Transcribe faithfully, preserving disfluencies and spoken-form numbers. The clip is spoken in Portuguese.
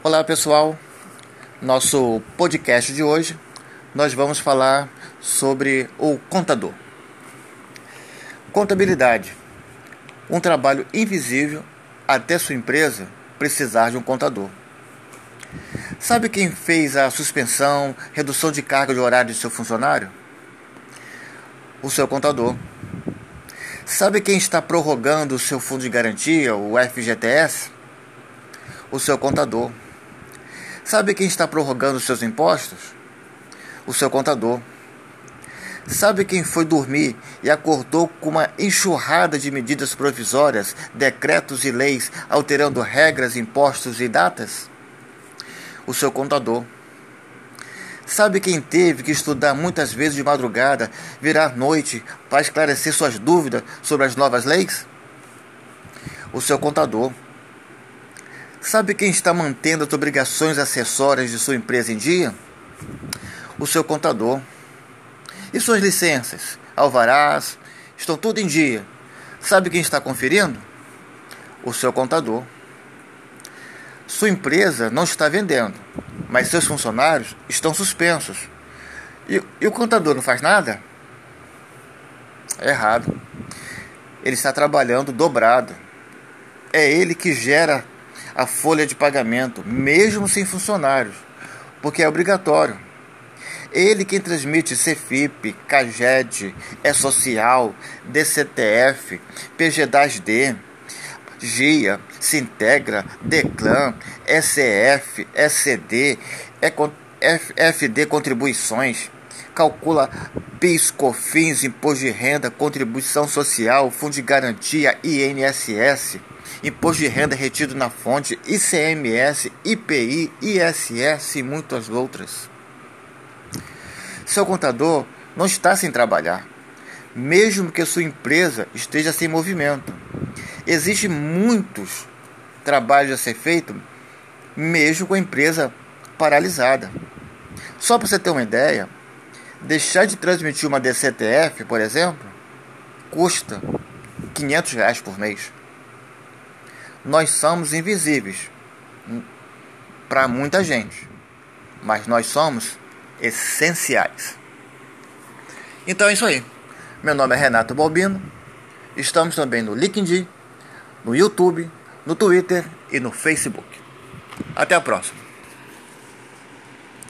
Olá pessoal, nosso podcast de hoje nós vamos falar sobre o contador. Contabilidade, um trabalho invisível até sua empresa precisar de um contador. Sabe quem fez a suspensão, redução de carga de horário de seu funcionário? O seu contador. Sabe quem está prorrogando o seu fundo de garantia, o F G T S? O seu contador. Sabe quem está prorrogando os seus impostos? O seu contador. Sabe quem foi dormir e acordou com uma enxurrada de medidas provisórias, decretos e leis alterando regras, impostos e datas? O seu contador. Sabe quem teve que estudar muitas vezes de madrugada, virar noite para esclarecer suas dúvidas sobre as novas leis? O seu contador. Sabe quem está mantendo as obrigações acessórias de sua empresa em dia? O seu contador. E suas licenças, alvarás, estão tudo em dia. Sabe quem está conferindo? O seu contador. Sua empresa não está vendendo, mas seus funcionários estão suspensos. E, e o contador não faz nada? É errado. Ele está trabalhando dobrado. É ele que gera a folha de pagamento, mesmo sem funcionários, porque é obrigatório. Ele quem transmite Cefip, Caged, E-Social, D C T F, P G D A S D, GIA, Sintegra, Declan, S E F, S C D, F D Contribuições, calcula PIS, COFINS, Imposto de Renda, Contribuição Social, Fundo de Garantia, I N S S, Imposto de Renda retido na fonte, I C M S, I P I, I S S e muitas outras. Seu contador não está sem trabalhar, mesmo que sua empresa esteja sem movimento. Existem muitos trabalhos a ser feitos, mesmo com a empresa paralisada. Só para você ter uma ideia, deixar de transmitir uma D C T F, por exemplo, custa quinhentos reais por mês. Nós somos invisíveis para muita gente, mas nós somos essenciais. Então é isso aí. Meu nome é Renato Balbino. Estamos também no LinkedIn, no YouTube, no Twitter e no Facebook. Até a próxima.